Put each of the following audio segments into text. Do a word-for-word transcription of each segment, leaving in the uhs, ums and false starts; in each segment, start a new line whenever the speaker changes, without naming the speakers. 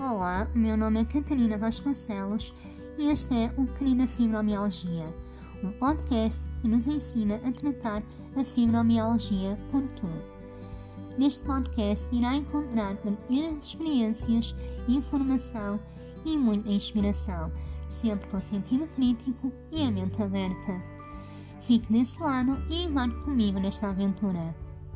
Olá, meu nome é Catarina Vasconcelos e este é o Querida Fibromialgia, um podcast que nos ensina a tratar a fibromialgia por tu. Neste podcast irá encontrar partilha de experiências, informação e muita inspiração, sempre com sentido crítico e a mente aberta. Fique desse lado e embarque comigo nesta aventura.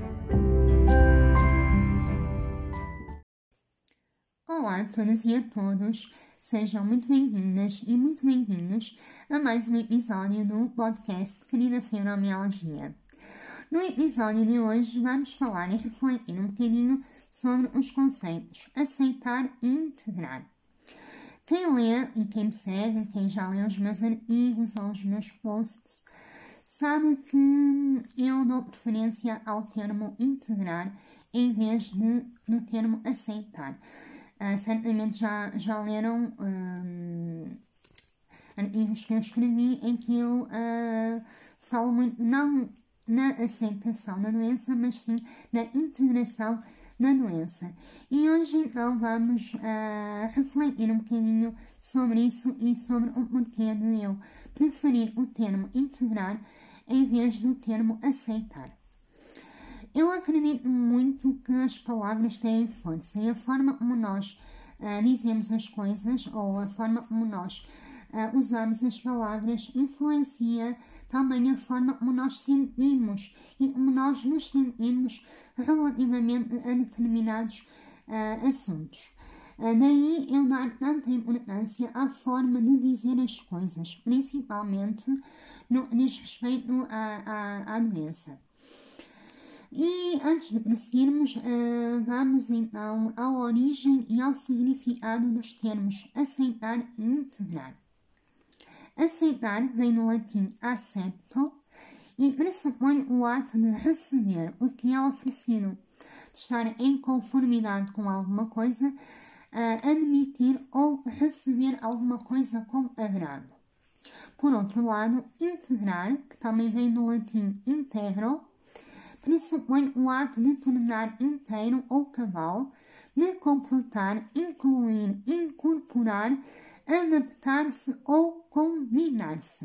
Olá a todas e a todos, sejam muito bem-vindas e muito bem-vindos a mais um episódio do podcast Querida Fibromialgia. No episódio de hoje vamos falar e refletir um bocadinho sobre os conceitos aceitar e integrar. Quem lê e quem me segue, quem já lê os meus artigos ou os meus posts, sabe que eu dou preferência ao termo integrar em vez de no termo aceitar. Uh, certamente já, já leram um, artigos que eu escrevi em que eu uh, falo muito não na aceitação da doença, mas sim na integração da doença. E hoje então vamos uh, refletir um bocadinho sobre isso e sobre o porquê de eu preferir o termo integrar em vez do termo aceitar. Eu acredito muito que as palavras têm força e a forma como nós uh, dizemos as coisas ou a forma como nós uh, usamos as palavras influencia também a forma como nós sentimos e como nós nos sentimos relativamente a determinados uh, assuntos. Uh, daí eu dar tanta importância à forma de dizer as coisas, principalmente no que diz respeito à, à, à doença. E antes de prosseguirmos, uh, vamos então à origem e ao significado dos termos aceitar e integrar. Aceitar vem do latim accepto e pressupõe o ato de receber o que é oferecido, de estar em conformidade com alguma coisa, uh, admitir ou receber alguma coisa com agrado. Por outro lado, integrar, que também vem do latim integro, pressupõe o ato de tornar inteiro ou cabal, de completar, incluir, incorporar, adaptar-se ou combinar-se.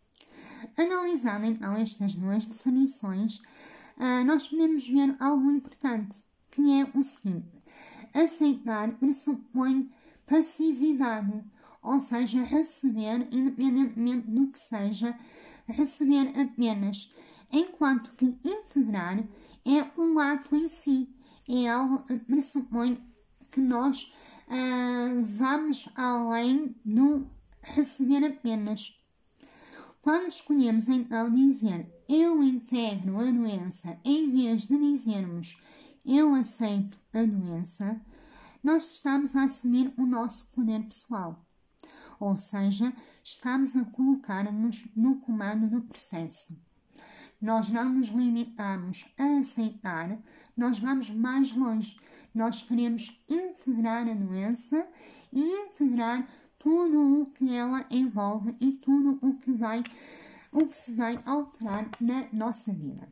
Analisando então estas duas definições, nós podemos ver algo importante, que é o seguinte: aceitar pressupõe passividade, ou seja, receber, independentemente do que seja, receber apenas, enquanto que integrar é um ato em si, é algo que pressupõe que nós uh, vamos além do receber apenas. Quando escolhemos então dizer eu integro a doença em vez de dizermos eu aceito a doença, nós estamos a assumir o nosso poder pessoal. Ou seja, estamos a colocar-nos no comando do processo. Nós não nos limitamos a aceitar, nós vamos mais longe. Nós queremos integrar a doença e integrar tudo o que ela envolve e tudo o que, vai, o que se vai alterar na nossa vida.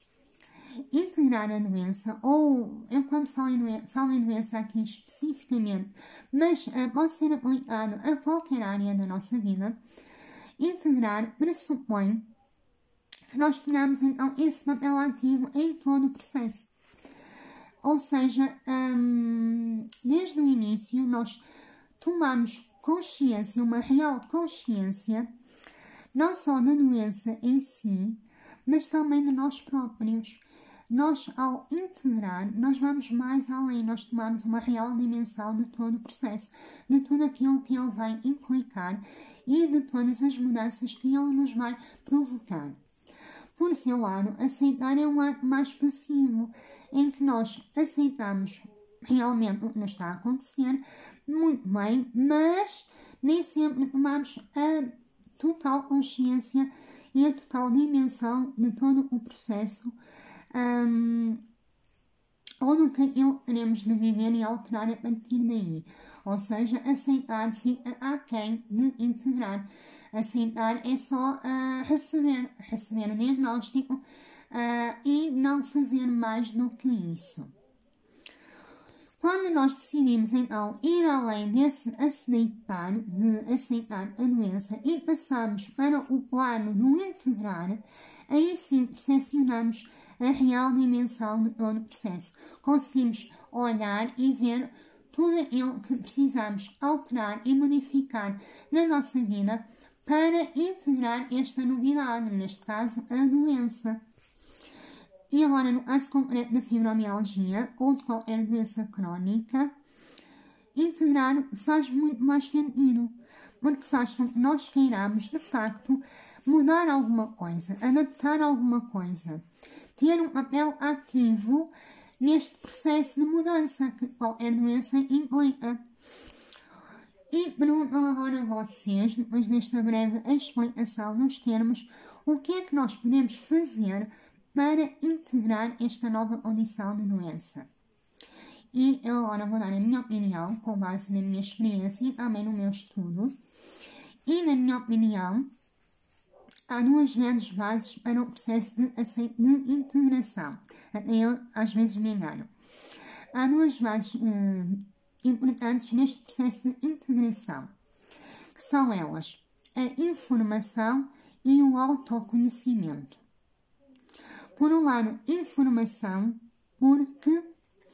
Integrar a doença, ou eu quando falo em doença, falo em doença aqui especificamente, mas uh, pode ser aplicado a qualquer área da nossa vida, integrar pressupõe que nós tenhamos então esse papel ativo em todo o processo. Ou seja, hum, desde o início nós tomamos consciência, uma real consciência, não só da doença em si, mas também de nós próprios. Nós, ao integrar, nós vamos mais além, nós tomamos uma real dimensão de todo o processo, de tudo aquilo que ele vai implicar e de todas as mudanças que ele nos vai provocar. Por seu lado, aceitar é um ato mais passivo, em que nós aceitamos realmente o que nos está a acontecer, muito bem, mas nem sempre tomamos a total consciência e a total dimensão de todo o processo um, ou do que queremos de viver e alterar a partir daí. Ou seja, aceitar fica aquém de integrar. Aceitar é só uh, receber, receber o diagnóstico uh, e não fazer mais do que isso. Quando nós decidimos, então, ir além desse aceitar, de aceitar a doença e passarmos para o plano do integrar, aí sim percepcionamos a real dimensão de todo o processo. Conseguimos olhar e ver tudo aquilo que precisamos alterar e modificar na nossa vida para integrar esta novidade, neste caso, a doença. E agora, no caso concreto da fibromialgia ou de qualquer doença crónica, integrar faz muito mais sentido, porque faz com que nós queiramos, de facto, mudar alguma coisa, adaptar alguma coisa, ter um papel ativo neste processo de mudança que qualquer doença implica. E pergunto agora a vocês, depois desta breve explicação dos termos, o que é que nós podemos fazer para integrar esta nova condição de doença. E eu agora vou dar a minha opinião, com base na minha experiência e também no meu estudo. E, na minha opinião, há duas grandes bases para o processo de, de integração. Até eu, às vezes, me engano. Há duas bases uh, importantes neste processo de integração, que são elas a informação e o autoconhecimento. Por um lado, informação, porque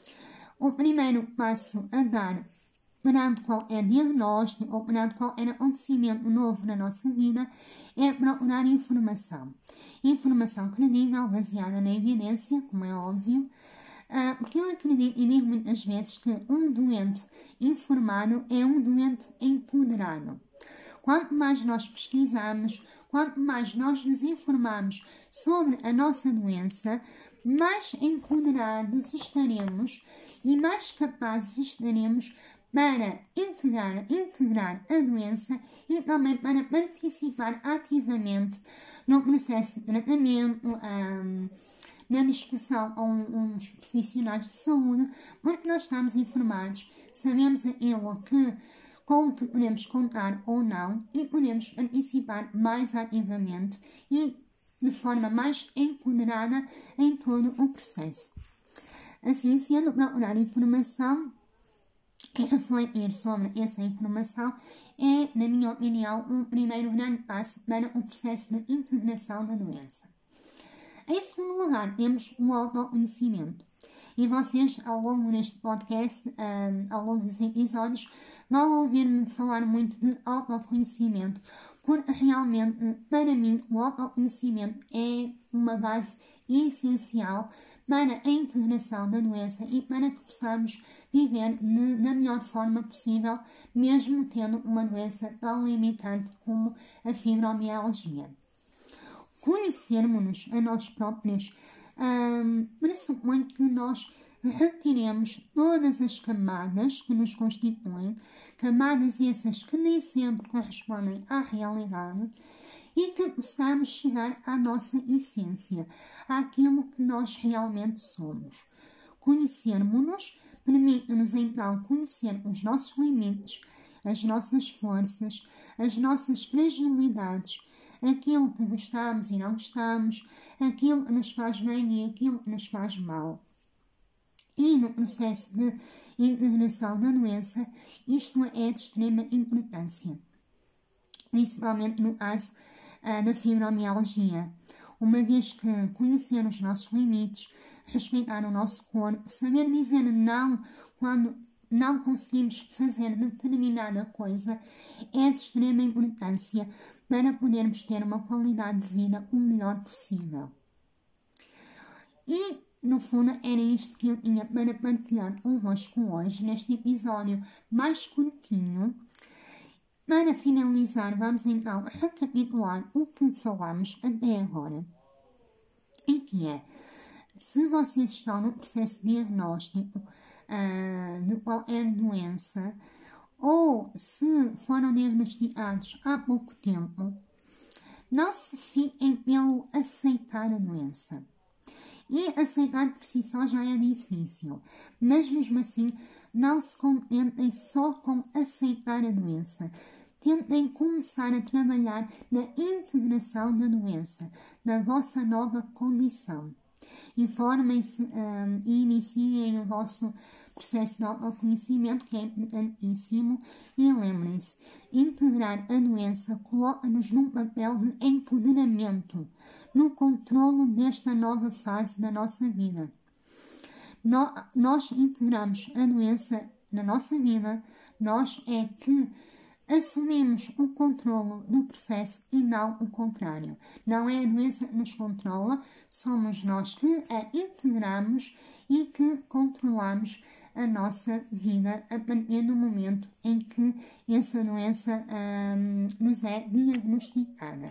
o primeiro passo a dar perante qualquer diagnóstico ou perante qualquer acontecimento novo na nossa vida é procurar informação. Informação credível, baseada na evidência, como é óbvio, porque eu acredito e digo muitas vezes que um doente informado é um doente empoderado. Quanto mais nós pesquisamos, quanto mais nós nos informamos sobre a nossa doença, mais empoderados estaremos e mais capazes estaremos para integrar, integrar a doença e também para participar ativamente no processo de tratamento, um, na discussão com os profissionais de saúde, porque nós estamos informados, sabemos aquilo que com o que podemos contar ou não e podemos participar mais ativamente e de forma mais empoderada em todo o processo. Assim sendo, procurar informação e refletir sobre essa informação é, na minha opinião, um primeiro grande passo para o processo de integração da doença. Em segundo lugar, temos o autoconhecimento. E vocês, ao longo deste podcast, um, ao longo dos episódios, vão ouvir-me falar muito de autoconhecimento, porque realmente, para mim, o autoconhecimento é uma base essencial para a integração da doença e para que possamos viver da melhor forma possível, mesmo tendo uma doença tão limitante como a fibromialgia. Conhecermos-nos a nós próprios Um, pressupõe que nós retiremos todas as camadas que nos constituem, camadas essas que nem sempre correspondem à realidade, e que possamos chegar à nossa essência, àquilo que nós realmente somos. Conhecermos-nos permite-nos então conhecer os nossos limites, as nossas forças, as nossas fragilidades, aquilo que gostamos e não gostamos, aquilo que nos faz bem e aquilo que nos faz mal. E no processo de integração da doença, isto é de extrema importância, principalmente no caso uh, da fibromialgia, uma vez que conhecer os nossos limites, respeitar o nosso corpo, saber dizer não quando não conseguimos fazer determinada coisa, é de extrema importância para podermos ter uma qualidade de vida o melhor possível. E, no fundo, era isto que eu tinha para partilhar convosco hoje, neste episódio mais curtinho. Para finalizar, vamos então recapitular o que falamos até agora. E que é, se vocês estão no processo de diagnóstico uh, de qualquer doença, ou se foram diagnosticados há pouco tempo, não se fiquem pelo aceitar a doença. E aceitar por si só já é difícil, mas mesmo assim não se contentem só com aceitar a doença. Tentem começar a trabalhar na integração da doença, na vossa nova condição. Informem-se um, e iniciem o vosso processo de autoconhecimento, que é importantíssimo. E lembrem-se, integrar a doença coloca-nos num papel de empoderamento, no controlo desta nova fase da nossa vida. No, nós integramos a doença na nossa vida, nós é que assumimos o controlo do processo e não o contrário. Não é a doença que nos controla, somos nós que a integramos e que controlamos a nossa vida a partir do momento em que essa doença hum, nos é diagnosticada.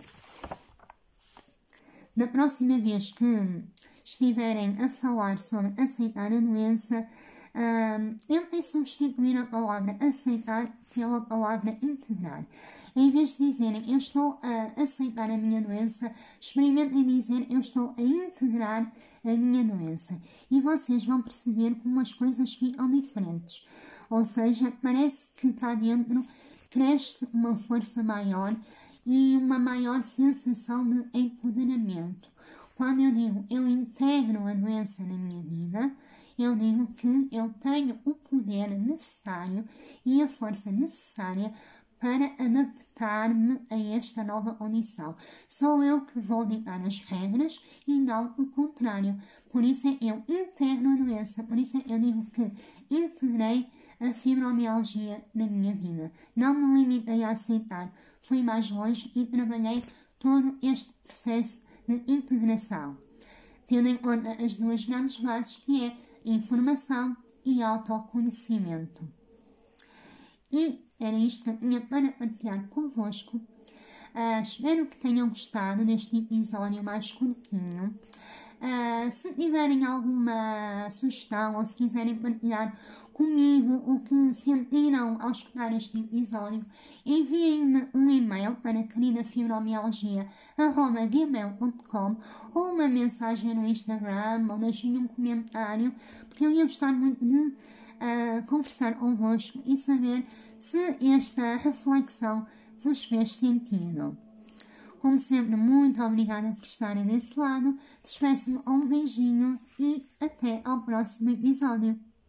Da próxima vez que estiverem a falar sobre aceitar a doença, Um, tentem substituir a palavra aceitar pela palavra integrar. Em vez de dizerem eu estou a aceitar a minha doença, experimentem dizer eu estou a integrar a minha doença. E vocês vão perceber como as coisas ficam diferentes. Ou seja, parece que cá dentro cresce uma força maior e uma maior sensação de empoderamento. Quando eu digo eu integro a doença na minha vida, eu digo que eu tenho o poder necessário e a força necessária para adaptar-me a esta nova condição. Sou eu que vou ditar as regras e não o contrário. Por isso é eu integro a doença, por isso é eu digo que integrei a fibromialgia na minha vida. Não me limitei a aceitar, fui mais longe e trabalhei todo este processo de integração, tendo em conta as duas grandes bases que é informação e autoconhecimento. E era isto que eu tinha para partilhar convosco. Uh, espero que tenham gostado deste episódio mais curtinho. Uh, se tiverem alguma sugestão ou se quiserem partilhar comigo o que sentiram ao escutar este episódio, enviem-me um e-mail para queridafibromialgia arroba gmail ponto com ou uma mensagem no Instagram ou deixem um comentário, porque eu ia gostar muito de uh, conversar convosco e saber se esta reflexão vos fez sentido. Como sempre, muito obrigada por estarem desse lado. Despeço-me um beijinho e até ao próximo episódio.